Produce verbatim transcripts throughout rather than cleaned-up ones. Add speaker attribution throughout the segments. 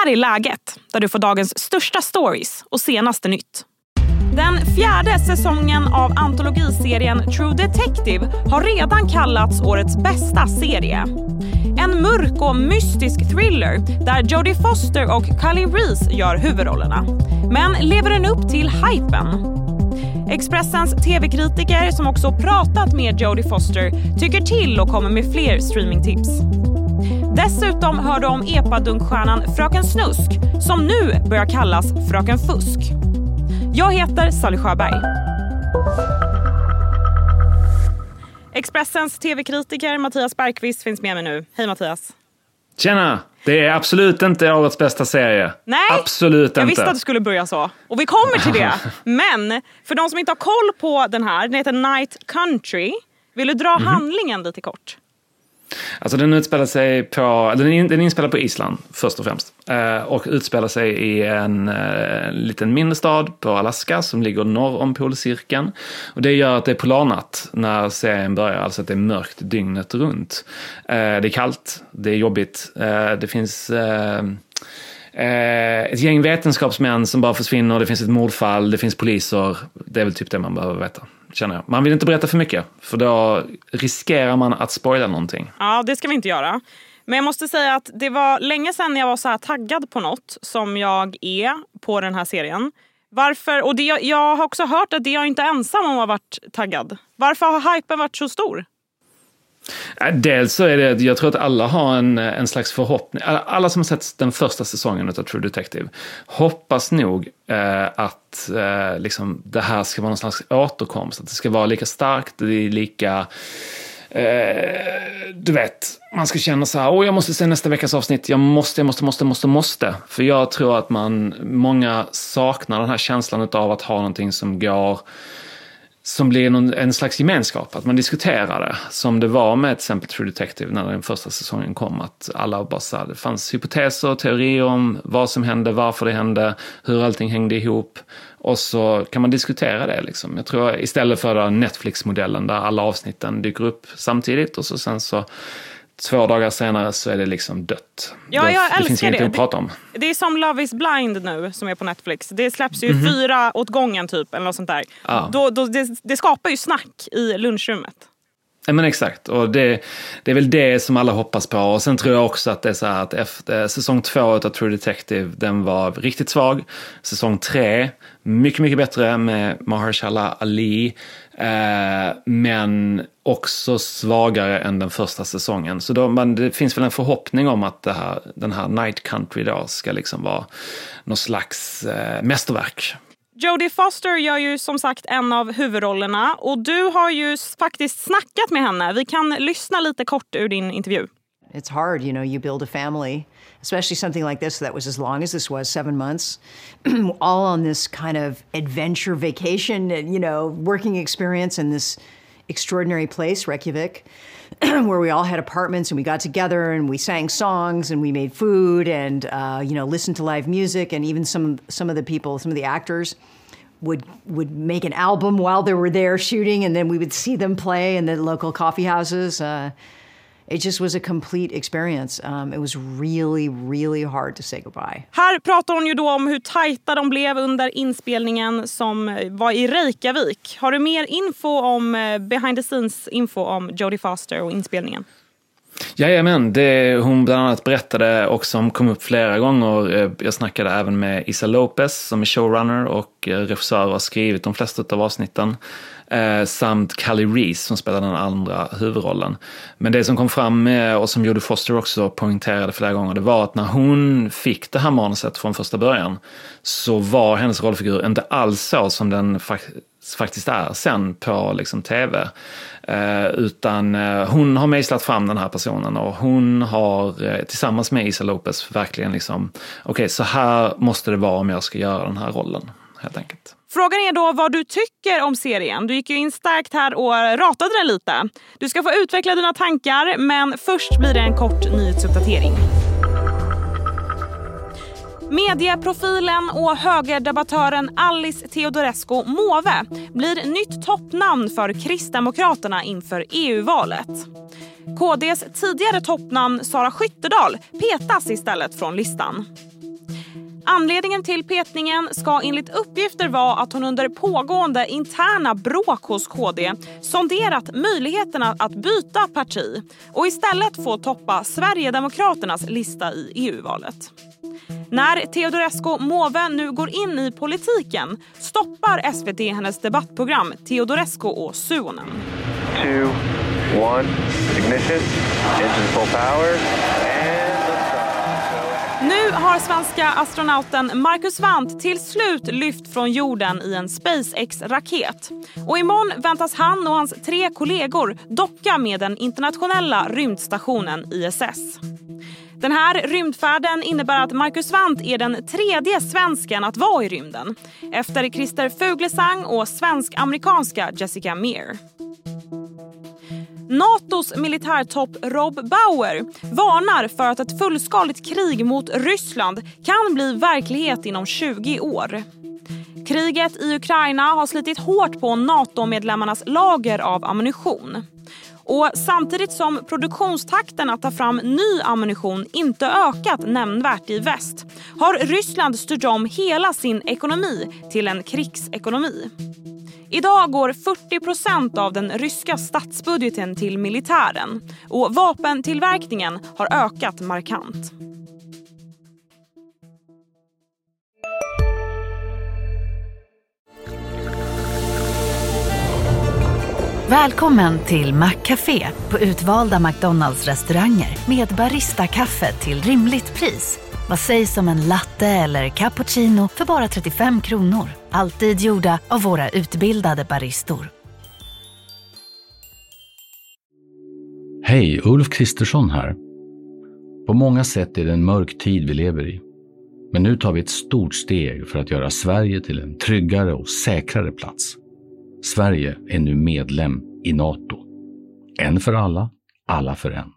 Speaker 1: här är läget, där du får dagens största stories och senaste nytt. Den fjärde säsongen av antologiserien True Detective har redan kallats årets bästa serie. En mörk och mystisk thriller där Jodie Foster och Kali Reese gör huvudrollerna. Men lever den upp till hypen? Expressens tv-kritiker som också pratat med Jodie Foster tycker till och kommer med fler streamingtips. Dessutom hör du om epadunkstjärnan Fröken Snusk som nu börjar kallas Fröken Fusk. Jag heter Sally Sjöberg. Expressens tv-kritiker Mattias Bergqvist finns med mig nu. Hej Mattias.
Speaker 2: Tjena, det är absolut inte årets bästa serie.
Speaker 1: Nej,
Speaker 2: absolut
Speaker 1: jag
Speaker 2: inte.
Speaker 1: visste att det skulle börja så. Och vi kommer till det. Men för de som inte har koll på den här, den heter Night Country. Vill du dra mm-hmm. handlingen lite kort?
Speaker 2: Alltså den utspelar sig på, den är, den är inspelad på Island först och främst. Eh, och utspelar sig i en eh, liten mindre stad på Alaska som ligger norr om polcirkeln. Och det gör att det är polarnatt när serien börjar, alltså att det är mörkt dygnet runt. Eh, det är kallt, det är jobbigt, eh, det finns... Eh, ett gäng vetenskapsmän som bara försvinner, det finns ett mordfall, det finns poliser. Det är väl typ det man behöver veta, känner jag. Man vill inte berätta för mycket, för då riskerar man att spoila någonting.
Speaker 1: Ja, det ska vi inte göra. Men jag måste säga att det var länge sedan jag var så här taggad på något som jag är på den här serien. Varför? Och det, jag har också hört att det jag inte är ensam om har varit taggad. Varför har hypen varit så stor?
Speaker 2: Dels så är det, jag tror att alla har en, en slags förhoppning. Alla som har sett den första säsongen av True Detective hoppas nog eh, att eh, liksom, det här ska vara någon slags återkomst. Att det ska vara lika starkt, det är lika... Eh, du vet, man ska känna så här, åh jag måste se nästa veckas avsnitt, jag måste, jag måste, måste, måste, måste. För jag tror att man, många saknar den här känslan av att ha någonting som går... som blir någon, en slags gemenskap, att man diskuterar det som det var med till exempel True Detective när den första säsongen kom, att alla bara sa, det fanns hypoteser och teorier om vad som hände, varför det hände, hur allting hängde ihop, och så kan man diskutera det liksom. Jag tror istället för Netflix-modellen där alla avsnitten dyker upp samtidigt och så sen så två dagar senare så är det liksom dött.
Speaker 1: Ja,
Speaker 2: det,
Speaker 1: jag
Speaker 2: det finns
Speaker 1: älskar
Speaker 2: ingenting
Speaker 1: det.
Speaker 2: att prata om.
Speaker 1: Det, det är som Love is Blind nu som är på Netflix. Det släpps ju
Speaker 2: Mm-hmm.
Speaker 1: fyra åt gången typ eller något sånt där.
Speaker 2: Ja.
Speaker 1: Då, då, det, det skapar ju snack i lunchrummet.
Speaker 2: Ja, men exakt, och det, det är väl det som alla hoppas på. Och sen tror jag också att det är så här att efter säsong två av True Detective, den var riktigt svag. Säsong tre, mycket, mycket bättre med Mahershala Ali, eh, men också svagare än den första säsongen. Så då, man, det finns väl en förhoppning om att det här, den här Night Country då ska liksom vara någon slags eh, mästerverk.
Speaker 1: Jodie Foster gör ju som sagt en av huvudrollerna och du har ju faktiskt snackat med henne. Vi kan lyssna lite kort ur din intervju.
Speaker 3: It's hard, you know, you build a family, especially something like this that was as long as this was, seven months, all on this kind of adventure vacation, you know, working experience in this extraordinary place, Reykjavik, where we all had apartments and we got together and we sang songs and we made food and, uh, you know, listened to live music, and even some some of the people, some of the actors would would make an album while they were there shooting, and then we would see them play in the local coffee houses. Uh, It just was a complete experience. Um, it was really, really hard to say goodbye.
Speaker 1: Här pratar hon ju då om hur tajta de blev under inspelningen som var i Reykjavik. Har du mer info om behind the scenes info om Jodie Foster och inspelningen?
Speaker 2: Jajamän, det hon bland annat berättade och som kom upp flera gånger. Jag snackade även med Issa Lopez som är showrunner och regissör och har skrivit de flesta av avsnitten. Eh, samt Kali Reese som spelar den andra huvudrollen. Men det som kom fram med, och som Jodie Foster också poängterade flera gånger, det var att när hon fick det här manuset från första början så var hennes rollfigur inte alls så som den fakt- faktiskt är sen på liksom tv. Eh, utan eh, hon har mejslat fram den här personen och hon har eh, tillsammans med Issa Lopez verkligen liksom, okej, okay, så här måste det vara om jag ska göra den här rollen, helt enkelt.
Speaker 1: Frågan är då vad du tycker om serien. Du gick ju in starkt här och ratade den lite. Du ska få utveckla dina tankar, men först blir det en kort nyhetsuppdatering. Medieprofilen och högerdebattören Alice Teodorescu Måwe blir nytt toppnamn för Kristdemokraterna inför E U-valet. K D:s tidigare toppnamn Sara Skyttedal petas istället från listan. Anledningen till petningen ska enligt uppgifter vara att hon under pågående interna bråk hos K D sonderat möjligheterna att byta parti och istället få toppa Sverigedemokraternas lista i E U-valet. När Teodorescu Måwe nu går in i politiken stoppar S V T hennes debattprogram Teodorescu och Suonen.
Speaker 4: Two, one, ignition, engine full power, and
Speaker 1: nu har svenska astronauten Marcus Wandt till slut lyft från jorden i en SpaceX-raket. Och imorgon väntas han och hans tre kollegor docka med den internationella rymdstationen I S S. Den här rymdfärden innebär att Marcus Wandt är den tredje svensken att vara i rymden. Efter Christer Fuglesang och svensk-amerikanska Jessica Meir. NATOs militärtopp Rob Bauer varnar för att ett fullskaligt krig mot Ryssland kan bli verklighet inom tjugo år. Kriget i Ukraina har slitit hårt på NATO-medlemmarnas lager av ammunition. Och samtidigt som produktionstakten att ta fram ny ammunition inte ökat nämnvärt i väst har Ryssland styrt om hela sin ekonomi till en krigsekonomi. Idag går fyrtio procent av den ryska statsbudgeten till militären och vapentillverkningen har ökat markant.
Speaker 5: Välkommen till Maccafé på utvalda McDonalds-restauranger med barista-kaffe till rimligt pris. Vad sägs om en latte eller cappuccino för bara trettiofem kronor? Alltid gjorda av våra utbildade baristor.
Speaker 6: Hej, Ulf Kristersson här. På många sätt är det en mörk tid vi lever i. Men nu tar vi ett stort steg för att göra Sverige till en tryggare och säkrare plats. Sverige är nu medlem i NATO. En för alla, alla för en.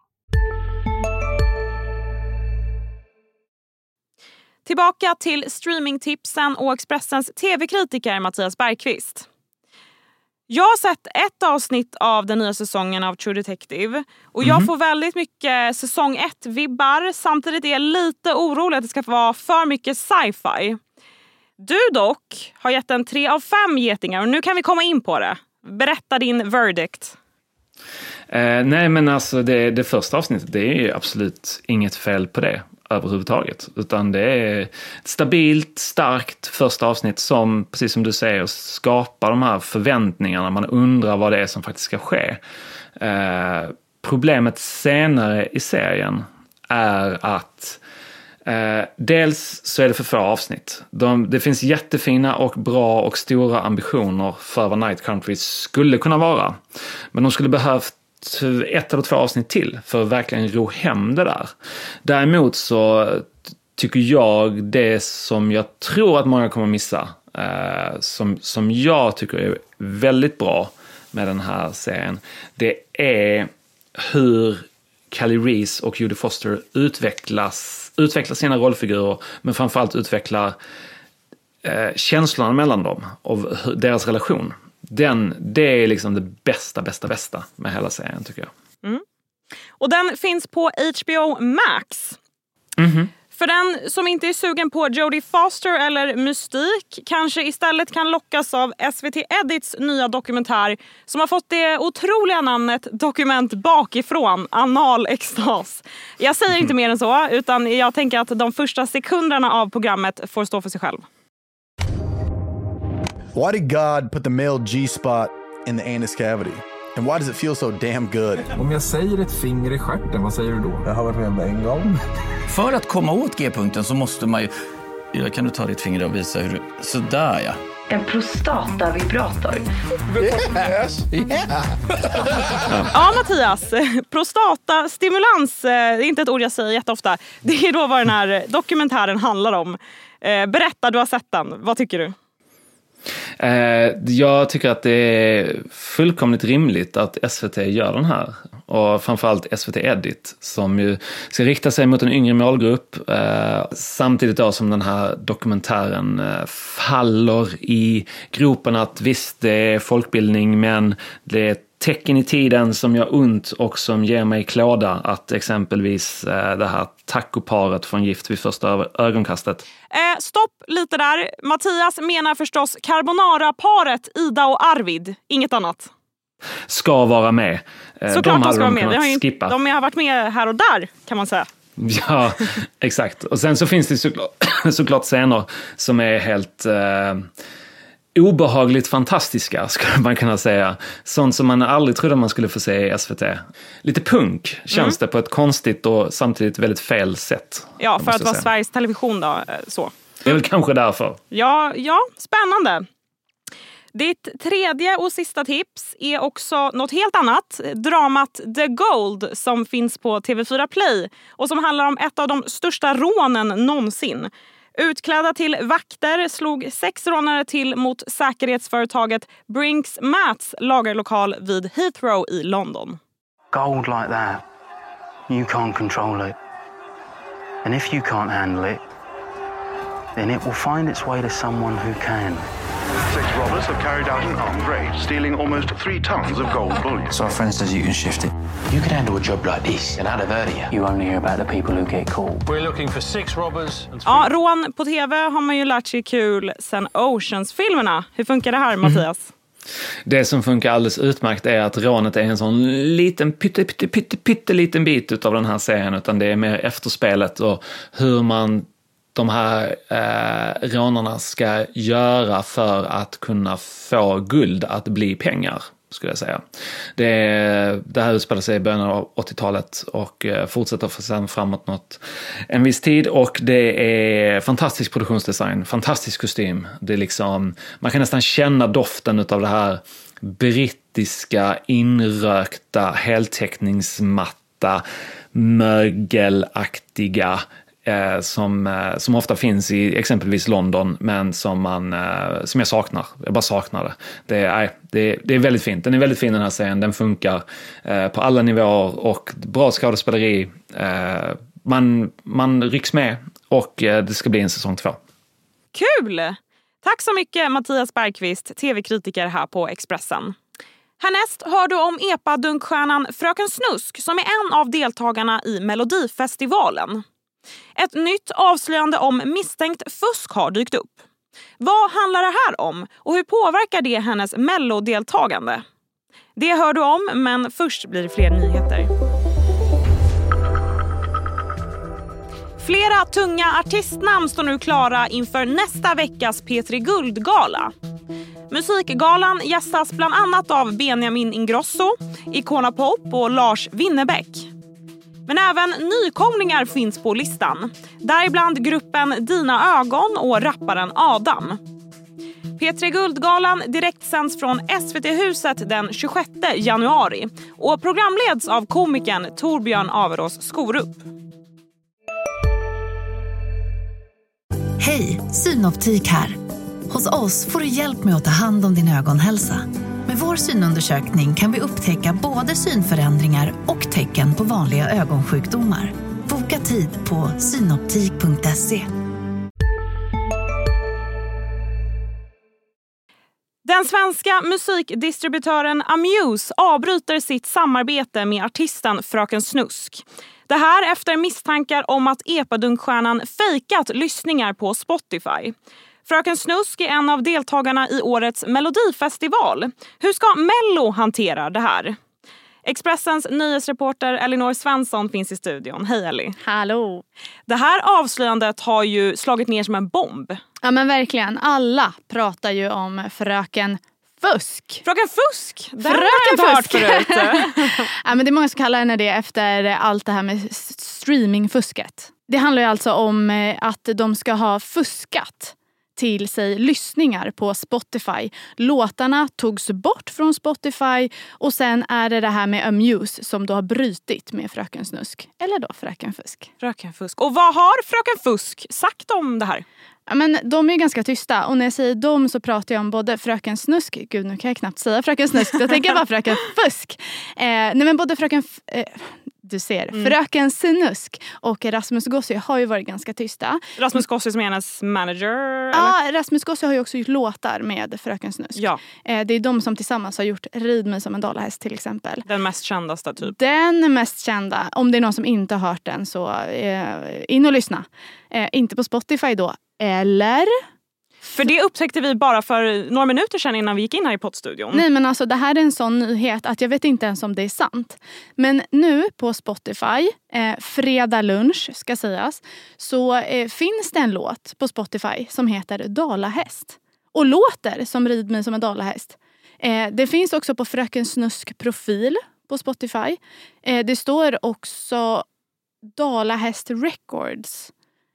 Speaker 1: Tillbaka till streamingtipsen och Expressens tv-kritiker Mattias Bergqvist. Jag har sett ett avsnitt av den nya säsongen av True Detective och jag mm. får väldigt mycket säsong ett-vibbar. Samtidigt är jag lite orolig att det ska vara för mycket sci-fi. Du dock har gett en tre av fem getingar och nu kan vi komma in på det. Berätta din verdict.
Speaker 2: Eh, nej men alltså det, det första avsnittet, det är ju absolut inget fel på det överhuvudtaget. Utan det är ett stabilt, starkt första avsnitt som, precis som du säger, skapar de här förväntningarna. Man undrar vad det är som faktiskt ska ske. Eh, problemet senare i serien är att Eh, dels så är det för få avsnitt. De, det finns jättefina och bra och stora ambitioner för vad Night Country skulle kunna vara. Men de skulle behövt ett eller två avsnitt till för att verkligen ro hem det där. Däremot så tycker jag det som jag tror att många kommer missa, eh, som, som jag tycker är väldigt bra med den här serien, det är hur Callie Reese och Jodie Foster utvecklas, utvecklar sina rollfigurer, men framförallt utvecklar eh, känslorna mellan dem och deras relation. Den, det är liksom det bästa, bästa, bästa med hela serien tycker jag.
Speaker 1: Mm. Och den finns på H B O Max. Mm-hmm. För den som inte är sugen på Jodie Foster eller mystik kanske istället kan lockas av S V T Edits nya dokumentär som har fått det otroliga namnet Dokument bakifrån, anal extas. Jag säger inte mer än så, utan jag tänker att de första sekunderna av programmet får stå för sig själv.
Speaker 7: Why did God put the male G-spot in the anus cavity? And why does it feel so damn good?
Speaker 8: Om jag säger ett finger i stjärten, vad säger du då?
Speaker 7: Jag har varit med om en gång.
Speaker 9: För att komma åt G-punkten så måste man ju... Ja, kan du ta ditt finger och visa hur du... Sådär, ja.
Speaker 10: En prostatavibrator.
Speaker 7: Yes. Yeah.
Speaker 1: Ja, Mattias. Prostatastimulans, det är inte ett ord jag säger jätteofta. Det är då vad den här dokumentären handlar om. Berätta, du har sett den. Vad tycker du?
Speaker 2: Jag tycker att det är fullkomligt rimligt att S V T gör den här. Och framförallt S V T Edit som ju ska rikta sig mot en yngre målgrupp. Samtidigt då som den här dokumentären faller i gropen att visst det är folkbildning men det är tecken i tiden som gör ont och som ger mig klåda, att exempelvis eh, det här tacoparet från Gift vid första ögonkastet.
Speaker 1: Eh, stopp lite där. Mattias menar förstås carbonara-paret Ida och Arvid, inget annat.
Speaker 2: Ska vara med.
Speaker 1: Eh, Såklart de, de ska vara med.
Speaker 2: De
Speaker 1: har, ju,
Speaker 2: skippa.
Speaker 1: de har varit med här och där, kan man säga.
Speaker 2: Ja, exakt. Och sen så finns det såklart, såklart scener som är helt eh, obehagligt fantastiska, skulle man kunna säga. Sånt som man aldrig trodde man skulle få se i S V T. Lite punk känns mm. det på ett konstigt och samtidigt väldigt fel sätt.
Speaker 1: Ja, för att vara Sveriges Television då, så.
Speaker 2: Det är väl kanske därför.
Speaker 1: Ja, ja, spännande. Ditt tredje och sista tips är också något helt annat. Dramat The Gold som finns på T V fyra Play och som handlar om ett av de största rånen någonsin. Utklädda till vakter slog sex rånare till mot säkerhetsföretaget Brinks Mats lagerlokal vid Heathrow i London.
Speaker 11: Gold like that, you can't control it. And if you can't handle it, then it will find its way to someone who can.
Speaker 12: Six robbers have carried out an armed raid, stealing almost three tons of gold bullion.
Speaker 11: So our friend says you can shift it. You can handle a job like this, and I'd have heard of you. You only hear about the people who get caught.
Speaker 12: We're looking for six robbers. And
Speaker 1: ja, rån på T V har man ju lärt sig kul sen Oceans-filmerna. Hur funkar det här, Mattias?
Speaker 2: Det som funkar alldeles utmärkt är att rånet är en sån liten pytte, pytte, pytte, pytte liten bit av den här serien, utan det är mer efterspelet och hur man de här eh, rånarna ska göra för att kunna få guld att bli pengar, skulle jag säga. Det, det här utspelar sig i början av åttiotalet och eh, fortsätter för sen framåt något, en viss tid, och det är fantastisk produktionsdesign, fantastisk kostym. Det är liksom, man kan nästan känna doften av det här brittiska inrökta heltäckningsmatta mögelaktiga Eh, som, eh, som ofta finns i exempelvis London, men som, man, eh, som jag saknar. Jag bara saknar det. Det är, eh, det, det är väldigt fint. Den är väldigt fin, den här serien. Den funkar eh, på alla nivåer och bra skådespeleri. Eh, man, man rycks med och eh, det ska bli en säsong två.
Speaker 1: Kul! Tack så mycket Mattias Bergqvist, tv-kritiker här på Expressen. Härnäst hör du om epa-dunkstjärnan Fröken Snusk som är en av deltagarna i Melodifestivalen. Ett nytt avslöjande om misstänkt fusk har dykt upp. Vad handlar det här om och hur påverkar det hennes mellodeltagande? Det hör du om, men först blir det fler nyheter. Flera tunga artistnamn står nu klara inför nästa veckas P tre Guldgala. Musikgalan gästas bland annat av Benjamin Ingrosso, Icona Pop och Lars Winnerbäck. Men även nykomlingar finns på listan. Däribland gruppen Dina Ögon och rapparen Adam. P tre Guldgalan direkt sänds från S V T-huset den tjugosjätte januari och programleds av komikern Torbjörn Averås Skorup.
Speaker 5: Hej, Synoptik här. Hos oss får du hjälp med att ta hand om din ögonhälsa. Med vår synundersökning kan vi upptäcka både synförändringar och tecken på vanliga ögonsjukdomar. Boka tid på synoptik punkt se.
Speaker 1: Den svenska musikdistributören Amuse avbryter sitt samarbete med artisten Fröken Snusk. Det här efter misstankar om att epa-dunkstjärnan fejkat lyssningar på Spotify. Fröken Snusk är en av deltagarna i årets Melodifestival. Hur ska Mello hantera det här? Expressens nyhetsreporter Elinor Svensson finns i studion. Hej Ellie.
Speaker 13: Hallå.
Speaker 1: Det här avslöjandet har ju slagit ner som en bomb.
Speaker 13: Ja men verkligen. Alla pratar ju om Fröken Fusk.
Speaker 1: Fröken Fusk? Det har jag inte hört förut.
Speaker 13: Ja, men det är många som kallar henne det efter allt det här med streamingfusket. Det handlar ju alltså om att de ska ha fuskat till sig lyssningar på Spotify. Låtarna togs bort från Spotify och sen är det det här med Amuse som då har brytit med Fröken Snusk. Eller då Fröken Fusk.
Speaker 1: Fröken Fusk. Och vad har Fröken Fusk sagt om det här?
Speaker 13: Ja, men de är ju ganska tysta och när jag säger dem så pratar jag om både Fröken Snusk, gud nu kan jag knappt säga Fröken Snusk, jag tänker bara Fröken Fusk. Eh, nej men både Fröken, eh, Du ser, mm. Fröken Snusk och Rasmus Gossi har ju varit ganska tysta.
Speaker 1: Rasmus Gossi som är hennes manager?
Speaker 13: Ja,
Speaker 1: eller?
Speaker 13: Rasmus Gossi har ju också gjort låtar med Fröken Snusk.
Speaker 1: Ja.
Speaker 13: Eh, det är de som tillsammans har gjort Rid mig som en dalahäst till exempel.
Speaker 1: Den mest kändaste typ.
Speaker 13: Den mest kända, om det är någon som inte har hört den så eh, in och lyssna. Eh, inte på Spotify då, eller...
Speaker 1: För det upptäckte vi bara för några minuter sedan innan vi gick in här i poddstudion.
Speaker 13: Nej, men alltså det här är en sån nyhet att jag vet inte ens om det är sant. Men nu på Spotify, eh, fredag lunch ska sägas, så eh, finns det en låt på Spotify som heter Dalahäst. Och låter som Rid mig som en dalahäst. Eh, det finns också på Fröken Snusk profil på Spotify. Eh, det står också Dalahäst Records.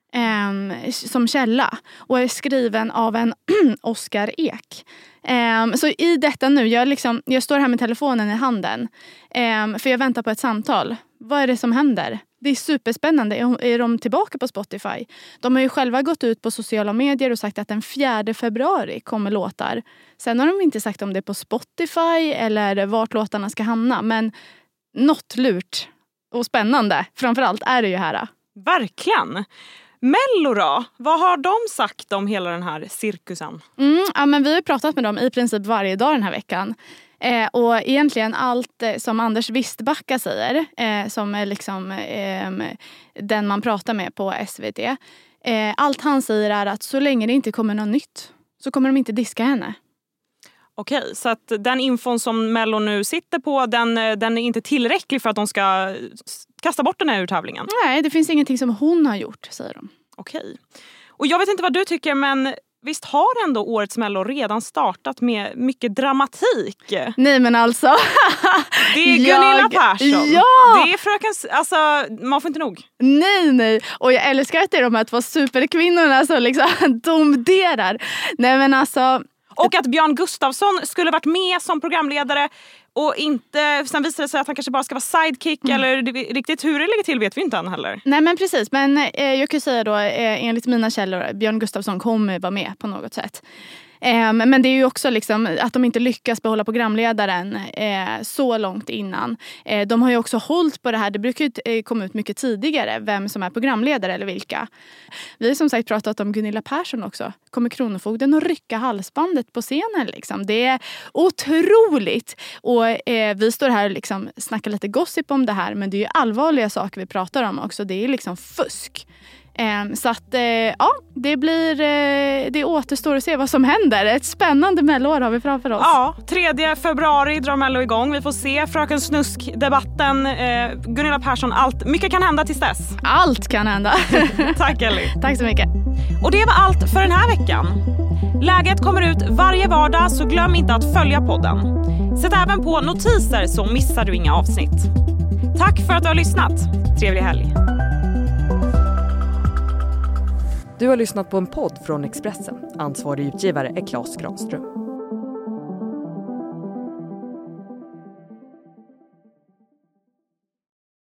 Speaker 13: Um, som källa och är skriven av en Oskar Ek. Um, så i detta nu, jag, liksom, jag står här med telefonen i handen um, för jag väntar på ett samtal. Vad är det som händer? Det är superspännande. Är, är de tillbaka på Spotify? De har ju själva gått ut på sociala medier och sagt att den fjärde februari kommer låtar. Sen har de inte sagt om det är på Spotify eller vart låtarna ska hamna. Men något lurt och spännande framförallt är det ju här.
Speaker 1: Verkligen! Mello då? Vad har de sagt om hela den här cirkusen?
Speaker 13: Mm, ja, men vi har pratat med dem i princip varje dag den här veckan. Eh, och egentligen allt eh, som Anders Wistbacka säger, eh, som är liksom eh, den man pratar med på S V T. Eh, allt han säger är att så länge det inte kommer något nytt så kommer de inte diska henne.
Speaker 1: Okej, så att den infon som Mello nu sitter på, den, den är inte tillräcklig för att de ska kasta bort den här ur tävlingen?
Speaker 13: Nej, det finns ingenting som hon har gjort, säger de.
Speaker 1: Okej. Och jag vet inte vad du tycker, men visst har ändå årets Mello redan startat med mycket dramatik?
Speaker 13: Nej, men alltså...
Speaker 1: Det är Gunilla
Speaker 13: jag...
Speaker 1: Persson.
Speaker 13: Ja!
Speaker 1: Det är fröken... Alltså, man får inte nog.
Speaker 13: Nej, nej. Och jag älskar att det är de här två superkvinnorna som liksom domderar. Nej, men alltså...
Speaker 1: Och att Björn Gustafsson skulle varit med som programledare och inte, sen visade det sig att han kanske bara ska vara sidekick mm. eller riktigt hur det ligger till vet vi inte än heller.
Speaker 13: Nej, men precis, men eh, jag kan säga då eh, enligt mina källor, Björn Gustafsson kommer vara med på något sätt. Eh, men det är ju också liksom att de inte lyckas behålla programledaren eh, så långt innan. Eh, de har ju också hållit på det här, det brukar ju eh, komma ut mycket tidigare vem som är programledare eller vilka. Vi har som sagt pratat om Gunilla Persson också. Kommer Kronofogden att rycka halsbandet på scenen liksom. Det är otroligt. Och eh, vi står här och liksom snackar lite gossip om det här, men det är ju allvarliga saker vi pratar om också. Det är liksom fusk. Um, så att, uh, ja, det blir, uh, det återstår att se vad som händer. Ett spännande Mello har vi framför oss.
Speaker 1: Ja, tredje februari drar Mello igång. Vi får se Fröken Snusk-debatten. Uh, Gunilla Persson, allt, mycket kan hända tills dess.
Speaker 13: Allt kan hända.
Speaker 1: Tack Ellie.
Speaker 13: Tack så mycket.
Speaker 1: Och det var allt för den här veckan. Läget kommer ut varje vardag, så glöm inte att följa podden. Sätt även på notiser så missar du inga avsnitt. Tack för att du har lyssnat. Trevlig helg.
Speaker 14: Du har lyssnat på en podd från Expressen. Ansvarig utgivare är Claes Granström.